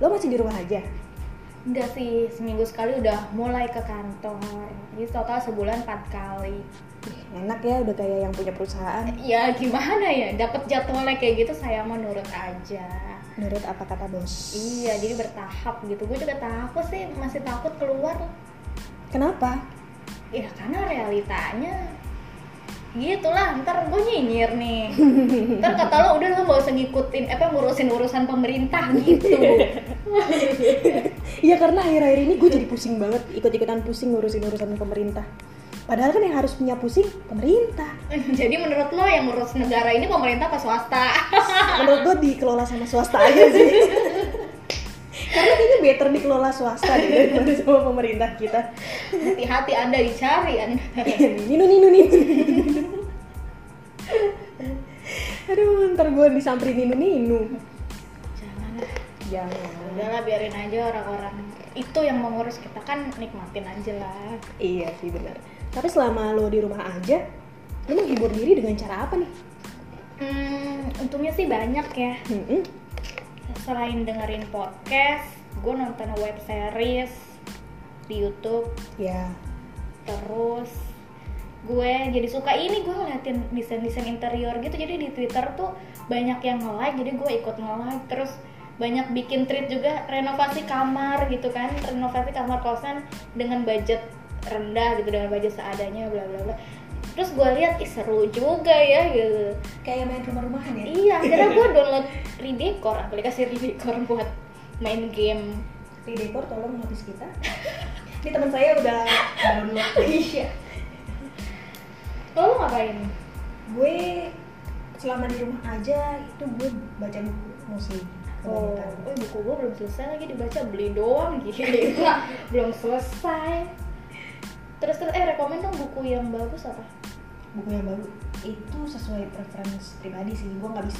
Lo masih di rumah aja? Enggak sih, seminggu sekali udah mulai ke kantor. Jadi total sebulan 4 kali. Enak ya, udah kayak yang punya perusahaan. Ya gimana ya, dapat jadwalnya kayak gitu saya mau nurut aja. Nurut apa kata bos? Iya, jadi bertahap gitu. Gue juga takut sih, masih takut keluar. Kenapa? Ya karena realitanya gitulah, ntar gue nyinyir nih. Ntar kata lo udah lo gak usah ngikutin ngurusin urusan pemerintah gitu. Iya, karena akhir-akhir ini gue jadi pusing banget, ikut-ikutan pusing ngurusin urusan pemerintah. Padahal kan yang harus punya pusing pemerintah. Jadi menurut lo yang ngurus negara ini pemerintah apa swasta? Menurut gue dikelola sama swasta aja sih. Karena kayaknya better dikelola swasta deh daripada sama pemerintah kita. Hati-hati Anda dicari Anda. Ninu. Aduh, ntar gue disamperin Ninu. Jangan. Udahlah biarin aja orang-orang itu yang mengurus, kita kan nikmatin aja lah. Iya sih benar. Tapi selama lo di rumah aja, lo menghibur diri dengan cara apa nih? Untungnya sih banyak ya. Selain dengerin podcast, gue nonton web series di YouTube. Ya. Terus gue jadi suka gue ngeliatin desain-desain interior gitu. Jadi di Twitter tuh banyak yang nge-like, jadi gue ikut nge-like. Terus banyak bikin tweet juga renovasi kamar gitu kan, renovasi kamar kosan dengan budget rendah gitu, dengan budget seadanya bla bla bla. Terus gue lihat seru juga ya gitu. Kayak main rumah-rumahan ya? Iya, akhirnya gue download Redecor, aplikasi Redecor buat main game. Redecor tolong notice kita. Ini teman saya udah download. Iya. Lo ngapain? Gue selama di rumah aja itu gue baca buku mostly. Buku gue belum selesai lagi dibaca, beli doang gitu. Belum selesai. Terus rekomen dong buku yang bagus apa? Buku yang bagus itu sesuai preferensi pribadi sih. Gue nggak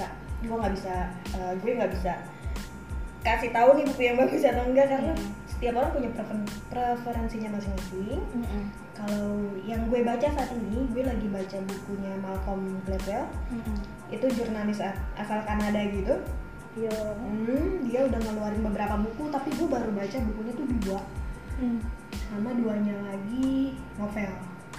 bisa kasih tahu nih buku yang bagus atau enggak, karena setiap orang punya preferensinya masing-masing. Kalau yang gue baca saat ini, gue lagi baca bukunya Malcolm Gladwell. Itu jurnalis asal Kanada gitu. Dia udah ngeluarin beberapa buku, tapi gue baru baca bukunya tuh 2. Sama 2-nya lagi novel.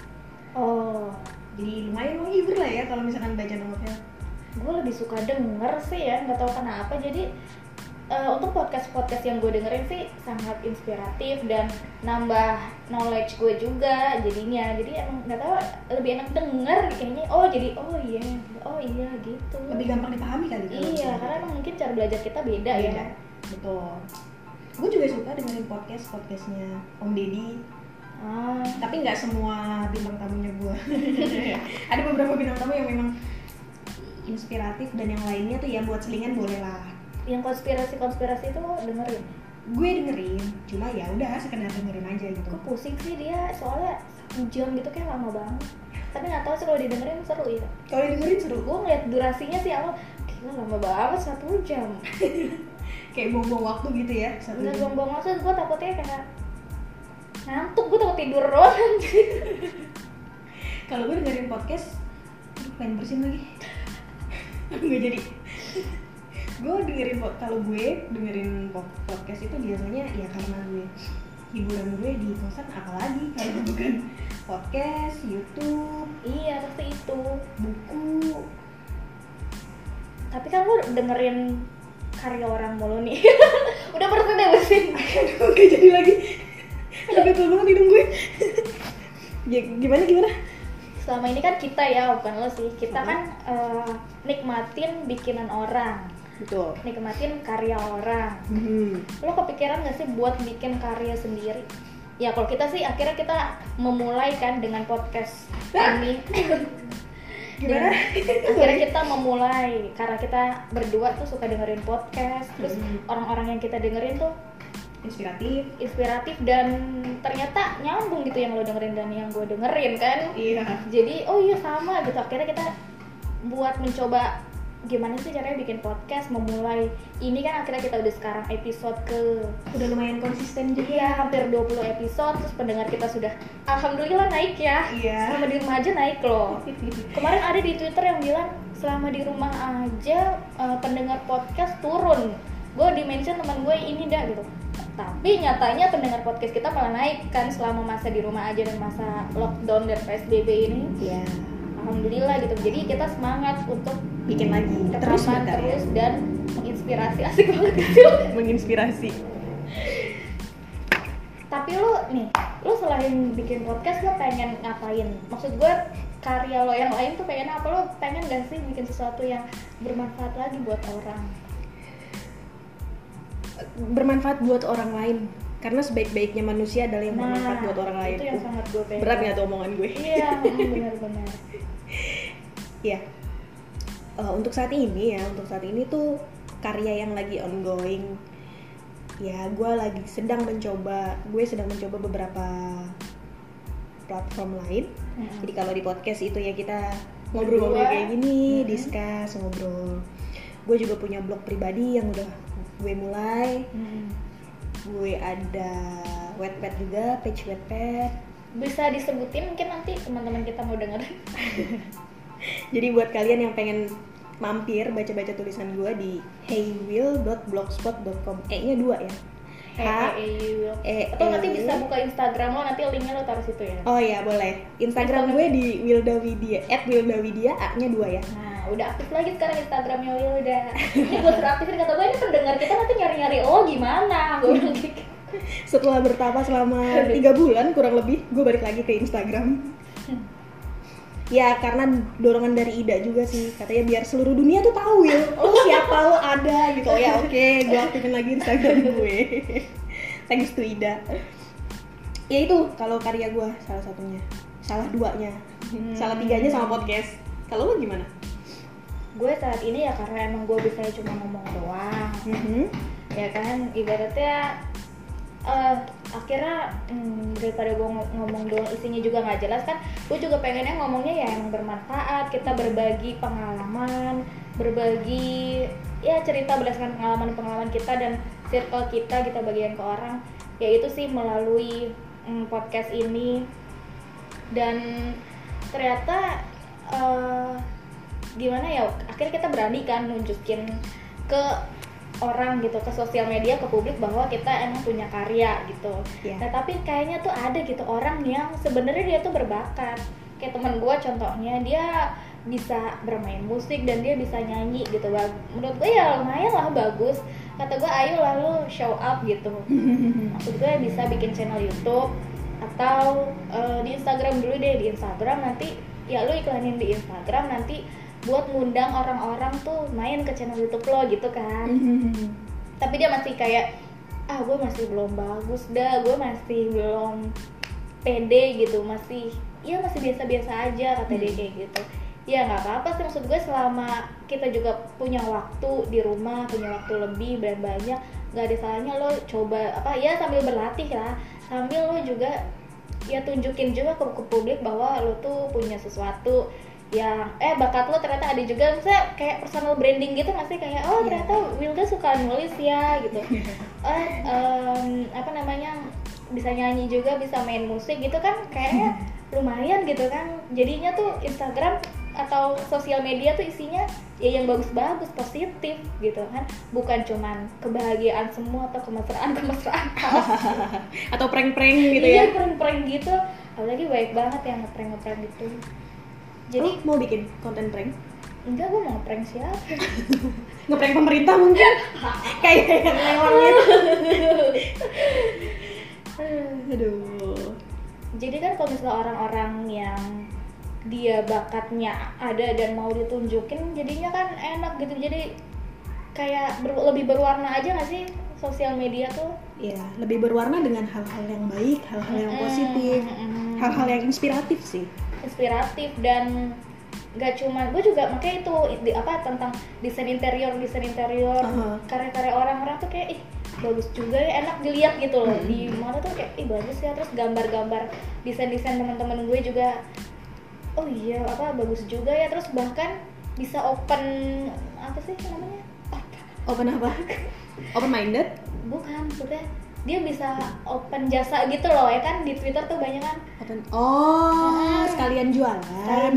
Jadi lumayan menghibur lah ya kalau misalkan baca novel. Gue lebih suka denger sih ya, nggak tahu kenapa. Jadi untuk podcast yang gue dengerin sih sangat inspiratif dan nambah knowledge gue juga jadinya. Jadi emang nggak tahu, lebih enak denger kayaknya. Oh iya gitu. Lebih gampang dipahami kali. Iya, karena emang mungkin cara belajar kita beda ya. Betul. Gue juga suka dengerin podcastnya Om Deddy. Tapi nggak semua bintang tamunya gue. Ada beberapa bintang tamu yang memang inspiratif, dan yang lainnya tuh ya buat selingan boleh lah. Yang konspirasi itu lo dengerin? Gue dengerin, cuma ya udah sekedar dengerin aja gitu. Gue pusing sih dia, soalnya 1 jam gitu kayak lama banget. Tapi nggak tahu sih kalau didengerin seru ya. Kalau didengerin seru. Gue ngeliat durasinya sih awal, gila lama banget 1 jam. Kayak buang-buang waktu gitu ya. Nggak buang-buang waktu, gue takutnya kayak ngantuk, gue takut tidur doang. Kalau gue dengerin podcast, pengen bersin lagi. Nggak jadi. Gue dengerin podcast itu biasanya ya karena hiburan gue di kosan, apalagi kalau bukan podcast, YouTube. Iya pasti itu. Buku. Tapi kan lo dengerin karya orang mulu nih. Udah bersin. Aduh, gak jadi lagi. Aduh, betul banget hidung gue. Ya gimana? Selama ini kan kita ya, bukan lo sih. Kita kan nikmatin bikinan orang. Betul. Nikmatin karya orang. Lo kepikiran gak sih buat bikin karya sendiri? Ya kalau kita sih akhirnya kita memulai kan dengan podcast ini. Gimana? Akhirnya kita memulai karena kita berdua tuh suka dengerin podcast. Terus orang-orang yang kita dengerin tuh inspiratif dan ternyata nyambung gitu yang lo dengerin dan yang gue dengerin kan. Iya. Jadi sama gitu. Akhirnya kita buat mencoba gimana sih caranya bikin podcast, memulai ini kan akhirnya kita udah sekarang episode udah lumayan konsisten juga. Iya, hampir 20 episode. Terus pendengar kita sudah alhamdulillah naik ya. Iya. Selama di rumah aja naik loh. Kemarin ada di Twitter yang bilang selama di rumah aja pendengar podcast turun. gue di mention teman gue ini dah gitu. Tapi nyatanya pendengar podcast kita malah naik kan selama masa di rumah aja dan masa lockdown dan PSBB ini. Iya. Alhamdulillah gitu. Jadi kita semangat untuk Bikin lagi terus terus dan menginspirasi. Asik banget sih. menginspirasi. Tapi lu selain bikin podcast lo pengen ngapain? Maksud gue karya lo yang lain tuh pengen apa? Lo pengen gak sih bikin sesuatu yang bermanfaat lagi buat orang? Bermanfaat buat orang lain, karena sebaik-baiknya manusia adalah yang bermanfaat buat orang lain. Itu yang sangat gue pengen. Berat nggak tuh omongan gue? Iya, benar-benar. Iya. Untuk saat ini tuh karya yang lagi ongoing. Ya, gue sedang mencoba beberapa platform lain. Jadi kalau di podcast itu ya kita ngobrol-ngobrol kayak gini, discuss, ngobrol. Gue juga punya blog pribadi yang udah gue mulai. Gue ada Wattpad juga, page Wattpad. Bisa disebutin mungkin nanti teman-teman kita mau denger. Jadi buat kalian yang pengen mampir baca-baca tulisan gue di heywill.blogspot.com. E-nya 2 ya. Atau nanti bisa buka Instagram lo, nanti linknya lo taruh situ ya. Oh iya, boleh. Instagram gue di Wildawidia, @wildawidia, A-nya 2 ya. Nah, udah aktif lagi sekarang Instagramnya Wilda. Ini gue suruh aktifin, kata gue ini pendengar kita nanti nyari-nyari gimana? Gue bilang gitu. Setelah bertapa selama 3 bulan kurang lebih, gue balik lagi ke Instagram. Ya karena dorongan dari Ida juga sih, katanya biar seluruh dunia tuh tahu ya, siapa lo ada gitu. Ya oke, gue aktifin lagi Instagram gue. Thanks to Ida. Ya itu kalau karya gue salah satunya, salah 2-nya, salah 3-nya sama podcast. Kalau lo gimana? Gue saat ini ya karena emang gue bisa cuma ngomong doang. Ya kan, ibaratnya akhirnya daripada gue ngomong doang isinya juga nggak jelas kan, gue juga pengennya ngomongnya ya emang bermanfaat, kita berbagi pengalaman, berbagi ya cerita berdasarkan pengalaman kita dan circle kita bagian ke orang, ya itu sih melalui podcast ini. Dan ternyata gimana ya, akhirnya kita berani kan nunjukin ke orang gitu, ke sosial media, ke publik bahwa kita emang punya karya gitu. Nah tapi kayaknya tuh ada gitu orang yang sebenarnya dia tuh berbakat. Kayak teman gue contohnya, dia bisa bermain musik dan dia bisa nyanyi gitu. Menurut gue ya lumayan lah bagus. Kata gue ayo lah lu show up gitu. Maksud gue bisa bikin channel YouTube atau di Instagram dulu deh, di Instagram nanti ya lu iklanin di Instagram, nanti buat ngundang orang-orang tuh main ke channel YouTube lo gitu kan. Tapi dia masih kayak gue masih belum bagus dah, gue masih belum pede gitu, masih biasa-biasa aja kata dia kayak gitu. Ya nggak apa-apa sih, maksud gue selama kita juga punya waktu di rumah, punya waktu lebih dan banyak, nggak ada salahnya lo coba ya sambil berlatih lah, sambil lo juga ya tunjukin juga ke publik bahwa lo tuh punya sesuatu yang bakat lo ternyata ada juga. Misalnya kayak personal branding gitu nggak sih, kayak ternyata Wilda suka nulis ya gitu. Bisa nyanyi juga, bisa main musik gitu kan, kayaknya lumayan gitu kan. Jadinya tuh Instagram atau sosial media tuh isinya ya yang bagus-bagus, positif gitu kan, bukan cuman kebahagiaan semua atau kemesraan atau prank-prank gitu ya. Iya, prank-prank gitu, apalagi baik banget yang nge-prank gitu. Jadi mau bikin konten prank? Enggak, gue mau nge-prank siapa? Nge-prank pemerintah mungkin? Kayak yang lewat gitu. Aduh. Jadi kan kalau misalnya orang-orang yang dia bakatnya ada dan mau ditunjukin, jadinya kan enak gitu. Jadi kayak lebih berwarna aja nggak sih sosial media tuh? Iya, lebih berwarna dengan hal-hal yang baik, hal-hal yang positif, hal-hal yang inspiratif sih. Inspiratif dan nggak cuma, gue juga makanya itu tentang desain interior karya-karya orang-orang tuh kayak bagus juga ya, enak dilihat gitu loh. Di mana tuh kayak bagus ya, terus gambar-gambar desain teman-teman gue juga bagus juga ya, terus bahkan bisa open open apa? Open minded? Bukan, maksudnya dia bisa open jasa gitu loh ya kan, di Twitter tuh banyak kan open, sekalian jualan.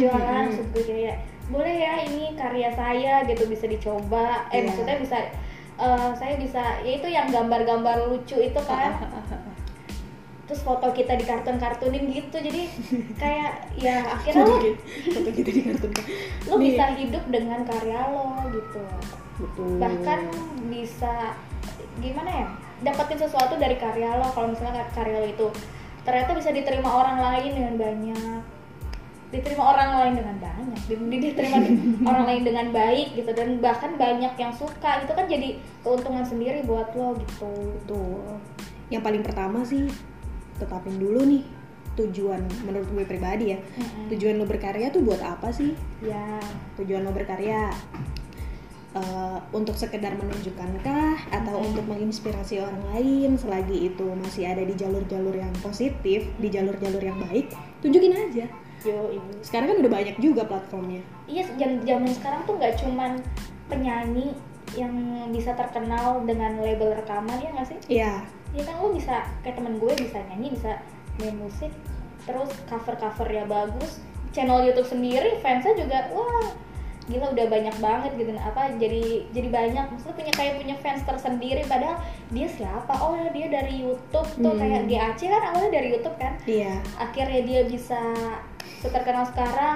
Maksud gue kayak boleh ya ini karya saya gitu, bisa dicoba, maksudnya bisa saya bisa, ya itu yang gambar-gambar lucu itu kan. Terus foto kita di kartun-kartunin gitu, jadi kayak ya akhirnya foto kita di kartun. lo bisa hidup dengan karya lo gitu. Betul. Bahkan bisa gimana ya, dapetin sesuatu dari karya lo. Kalau misalnya karya lo itu ternyata bisa diterima orang lain dengan banyak, diterima orang lain dengan banyak, diterima orang lain dengan baik gitu, dan bahkan banyak yang suka, itu kan jadi keuntungan sendiri buat lo gitu. Betul. Yang paling pertama sih tetapin dulu nih tujuan, menurut gue pribadi ya. Tujuan lo berkarya tuh buat apa sih? Ya, Tujuan lo berkarya untuk sekedar menunjukkankah atau untuk menginspirasi orang lain? Selagi itu masih ada di jalur-jalur yang positif, di jalur-jalur yang baik, tunjukin aja. Sekarang kan udah banyak juga platformnya. Iya, zaman sekarang tuh nggak cuman penyanyi yang bisa terkenal dengan label rekaman, ya nggak sih? Iya. Ya kan, lo bisa kayak temen gue bisa nyanyi, bisa main musik, terus cover-covernya bagus, channel YouTube sendiri, fansnya juga wah gila udah banyak banget gitu. Jadi banyak, maksudnya punya fans tersendiri, padahal dia siapa? Oh dia dari YouTube tuh, kayak GAC kan awalnya dari YouTube kan. Iya. Akhirnya dia bisa terkenal sekarang,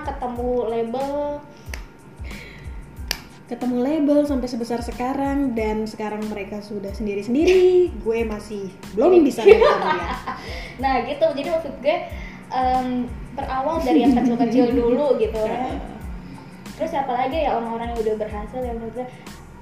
ketemu label sampai sebesar sekarang, dan sekarang mereka sudah sendiri-sendiri. Gue masih belum bisa nonton ya. Nah gitu, jadi maksud gue berawal dari yang kecil-kecil dulu gitu ya. Terus siapa lagi ya orang-orang yang udah berhasil yang menurut gue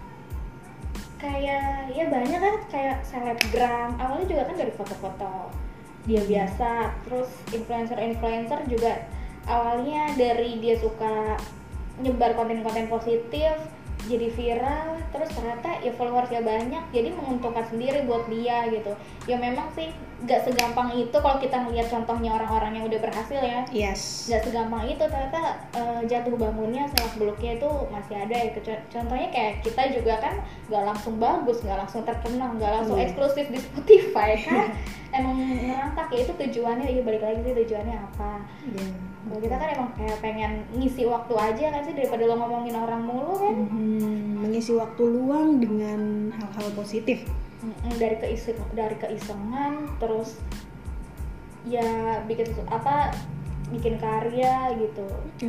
kayak ya banyak kan, kayak selebgram awalnya juga kan dari foto-foto dia biasa. Terus influencer juga awalnya dari dia suka nyebar konten-konten positif, jadi viral, terus ternyata ya followersnya banyak, jadi menguntungkan sendiri buat dia gitu. Ya memang sih gak segampang itu kalau kita ngeliat contohnya orang-orang yang udah berhasil ya. Yes. Gak segampang itu, ternyata jatuh bangunnya, selak beluknya itu masih ada ya. Contohnya kayak kita juga kan gak langsung bagus, gak langsung terkenal, gak langsung eksklusif di Spotify kan. Emang ngerangkak ya, itu tujuannya, ya balik lagi sih tujuannya apa. Kalau kita kan emang kayak pengen ngisi waktu aja kan sih, daripada lo ngomongin orang mulu kan. Mengisi waktu luang dengan hal-hal positif. Dari keisengan, terus ya bikin karya gitu.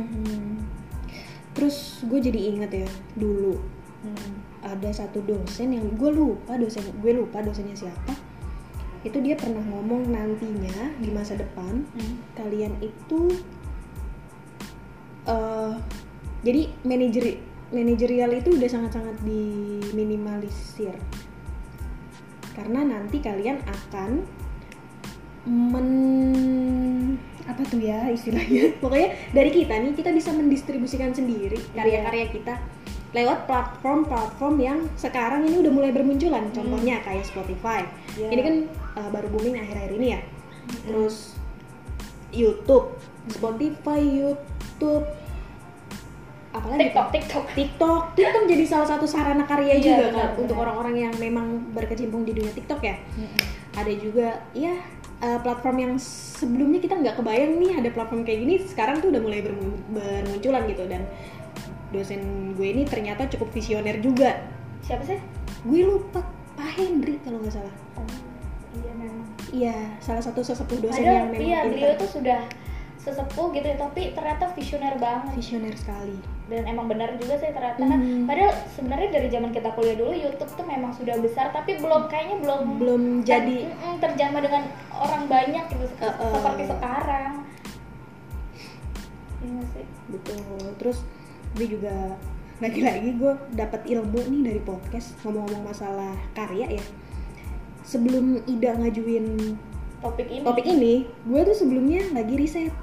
Terus gue jadi inget ya dulu ada satu dosen yang gue lupa dosennya siapa. Itu dia pernah ngomong nantinya di masa depan kalian itu jadi manajerial itu udah sangat-sangat diminimalisir, karena nanti kalian akan apa tuh ya istilahnya, pokoknya dari kita bisa mendistribusikan sendiri karya-karya kita lewat platform yang sekarang ini udah mulai bermunculan. Contohnya kayak Spotify. Ini kan baru booming akhir-akhir ini ya. Terus YouTube, Spotify, YouTube, apalagi TikTok jadi salah satu sarana karya juga kan untuk orang-orang yang memang berkecimpung di dunia TikTok ya. Ada juga ya platform yang sebelumnya kita nggak kebayang nih ada platform kayak gini, sekarang tuh udah mulai bermunculan gitu. Dan dosen gue ini ternyata cukup visioner juga. Siapa sih? Gue lupa, Pak Hendri kalau nggak salah. Iya memang. Iya, salah satu sesepuh dosen yang memang. Iya, beliau tuh sudah sesepuh gitu ya, tapi ternyata visioner banget. Visioner sekali. Dan emang benar juga sih ternyata. Padahal sebenarnya dari zaman kita kuliah dulu YouTube tuh memang sudah besar, tapi belum jadi terjamah dengan orang banyak gitu seperti sekarang. Iya sih. Betul. Terus gue juga lagi-lagi gue dapat ilmu nih dari podcast ngomong-ngomong masalah karya ya. Sebelum Ida ngajuin topik ini, gue tuh sebelumnya lagi riset.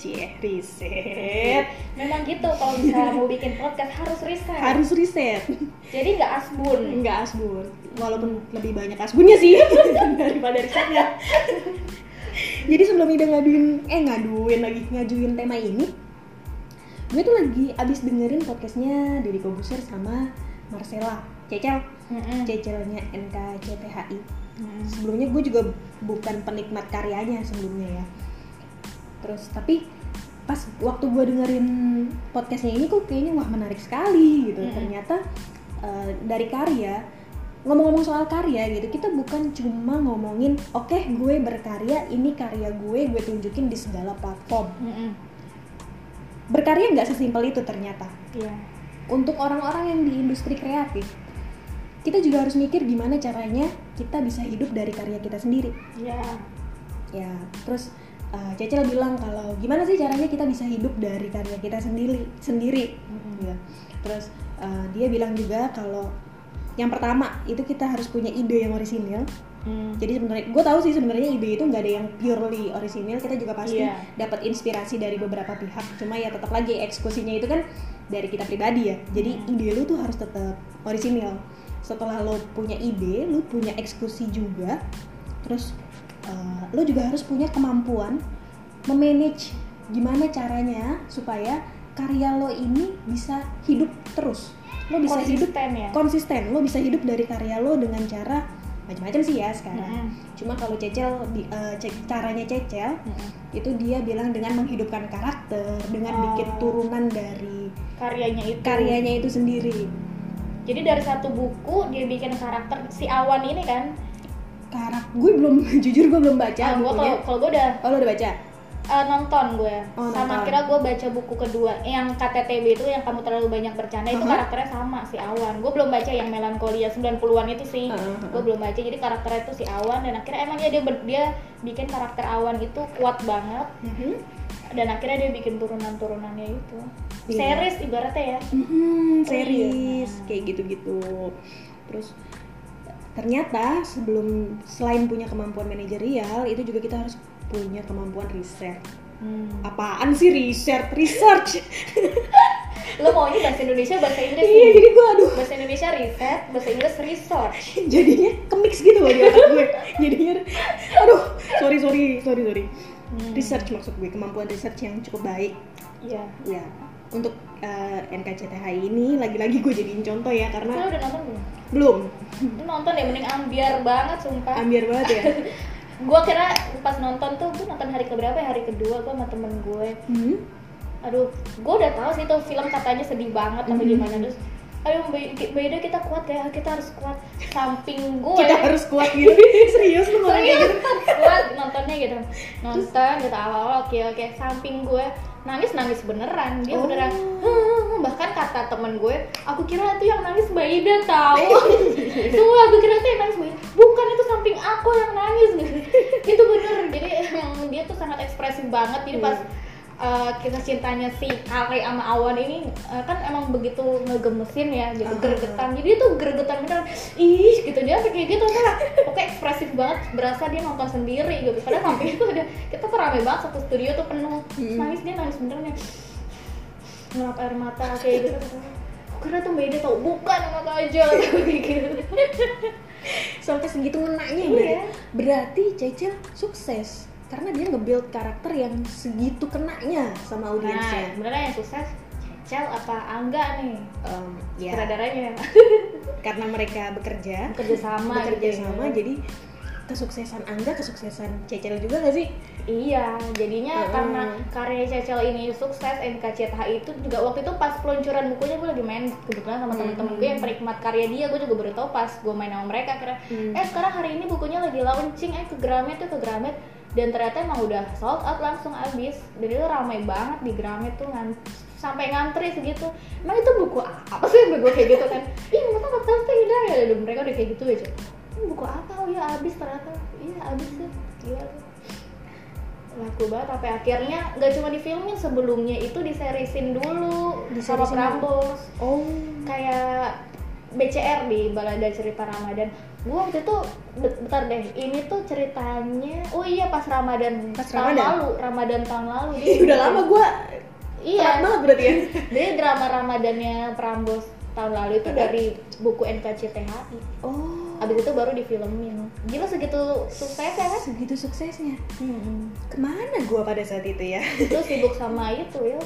Memang gitu, kalau misalnya mau bikin podcast harus riset. Jadi nggak asbun. Walaupun lebih banyak asbunnya sih daripada risetnya. Jadi sebelum Ida ngajuin tema ini, gue tuh lagi abis dengerin podcastnya Deddy Corbuzier sama Marcella Cecelnya NKCTHI. Sebelumnya gue juga bukan penikmat karyanya sebelumnya ya. Terus tapi pas waktu gue dengerin podcastnya ini kok kayaknya wah menarik sekali gitu. Ternyata dari karya ngomong-ngomong soal karya gitu, kita bukan cuma ngomongin oke, gue berkarya, ini karya gue tunjukin di segala platform. Berkarya nggak sesimpel itu ternyata. Untuk orang-orang yang di industri kreatif, kita juga harus mikir gimana caranya kita bisa hidup dari karya kita sendiri. Ya, terus Cecil bilang kalau gimana sih caranya kita bisa hidup dari karya kita sendiri. Ya. Terus dia bilang juga kalau yang pertama itu kita harus punya ide yang orisinil. Jadi sebenarnya gue tahu sih sebenarnya ide itu nggak ada yang purely orisinil, kita juga pasti dapat inspirasi dari beberapa pihak. Cuma ya tetap lagi eksekusinya itu kan dari kita pribadi ya. Jadi ide lu tuh harus tetap orisinil. Setelah lo punya ide, lo punya eksekusi juga. Terus lo juga harus punya kemampuan memanage gimana caranya supaya karya lo ini bisa hidup terus. Lo bisa konsisten, lo bisa hidup dari karya lo dengan cara macam-macam sih ya sekarang. Cuma kalau caranya Cecil itu dia bilang dengan menghidupkan karakter, dengan bikin turunan dari karyanya itu sendiri. Jadi dari satu buku dia bikin karakter si Awan ini kan. Gue belum jujur gue belum baca bukunya. Kalau gue udah. Oh, lo udah baca? Nonton gue. nonton. Sama akhirnya gue baca buku kedua yang KTTB itu yang kamu terlalu banyak bercanda itu karakternya sama si Awan. Gue belum baca yang melankolia 90-an itu sih. Gue belum baca. Jadi karakternya itu si Awan dan akhirnya emang dia bikin karakter Awan itu kuat banget. Dan akhirnya dia bikin turunan-turunannya itu. Series ibaratnya ya. Series kayak gitu-gitu. Terus ternyata selain punya kemampuan manajerial, itu juga kita harus punya kemampuan riset. Apaan sih research? Lo maunya bahasa Indonesia, bahasa Inggris? Iya, jadi gue bahasa Indonesia riset, bahasa Inggris research. Jadinya kemix gitu loh di otak gue. Jadinya, sorry. Research maksud gue, kemampuan research yang cukup baik. Iya. Ya, untuk NKCTHI ini lagi-lagi gue jadiin contoh ya karena. Lo udah nonton belum? Belum. Lu nonton ya, mending ambiar banget sumpah. Ambiar banget ya. Gue kira pas nonton tuh, gue nonton hari keberapa ya, hari kedua gue sama temen gue. Aduh, gue udah tahu sih tuh film katanya sedih banget atau gimana, terus ayo Mbak Ida kita kuat ya, kita harus kuat. Samping gue kita harus kuat gitu. Serius lu ngomong gitu? Kuat nontonnya gitu. Nonton gitu awal oke. Samping gue nangis beneran. Dia beneran bahkan kata temen gue, aku kira itu yang nangis Mbak Ida tahu. Tuh aku kira itu yang nangis Mbak Ida. Bukan, itu samping aku yang nangis. Itu bener. Jadi emang dia tuh sangat ekspresif banget. Jadi pas kisah cintanya si Kale sama Awan ini kan emang begitu ngegemesin ya gitu, gregetan. Jadi dia tuh gregetan beneran, gitu dia kayak gitu kan, pokoknya ekspresif banget, berasa dia nonton sendiri gitu. Padahal sampai itu kita tuh rame banget, satu studio tuh penuh. Nangis beneran ya, ngelap air mata kayak gitu. Karena tuh beda tau, bukan mata aja kayak gitu. Sampai segitu ngenanya berarti Cecil sukses. Karena dia nge-build karakter yang segitu kenanya sama audiensnya. Nah, sebenarnya yang sukses Cecil apa Angga nih? Sutradaranya. Karena mereka bekerja sama, jadi kesuksesan Angga, kesuksesan Cecil juga gak sih? Iya, jadinya karena karya Cecil ini sukses, NKCTHI itu juga waktu itu pas peluncuran bukunya gue lagi main kebetulan sama temen-temen gue yang penikmat karya dia, gue juga baru tahu pas gue main sama mereka kira, sekarang hari ini bukunya lagi launching, ke Gramet. Dan ternyata emang udah sold out langsung abis. Dan itu ramai banget di Gramet tuh sampai ngantri segitu. Emang itu buku apa sih? Gue kayak gitu kan. Mereka nggak tahu sih ya. Dan mereka udah kayak gitu aja. Buku apa? Oh ya abis ternyata. Iya abis sih. Iya. Laku banget. Sampai akhirnya nggak cuma difilmin, sebelumnya itu diserisin dulu sama Prambors. Kayak BCR di Balada Cerita Ramadan. Gue waktu itu bentar deh, ini tuh ceritanya pas Ramadan tahun lalu dia udah lama gue banget berarti ya. Jadi drama Ramadannya Prambors tahun lalu itu dari buku NKCTHI. Abis itu baru difilmin. Gila segitu suksesnya kan? Segitu suksesnya. Kemana gue pada saat itu ya? Lu sibuk sama itu ya?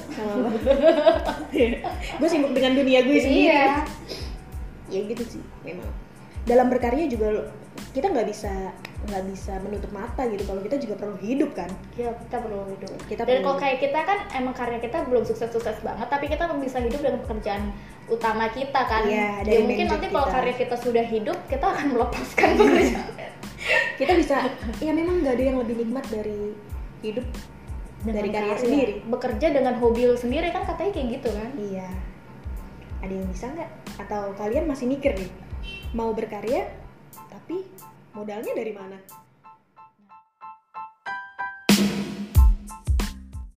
Gue sibuk dengan dunia gue sendiri. Iya. Ya gitu sih memang. Dalam berkarya juga kita nggak bisa menutup mata gitu kalau kita juga perlu hidup kan. Iya, kita perlu hidup. Kita Dan perlu kalau kayak kita kan emang karya kita belum sukses-sukses banget, tapi kita bisa hidup dengan pekerjaan utama kita kan. Iya, Ya dari mungkin main nanti job kalau kita. karya kita sudah hidup, kita akan melepaskan pekerjaan Kita bisa ya memang nggak ada yang lebih nikmat dari hidup dari karya sendiri. Bekerja dengan hobi lu sendiri kan katanya kayak gitu kan. Iya. Ada yang bisa nggak? Atau kalian masih mikir nih mau berkarya tapi modalnya dari mana?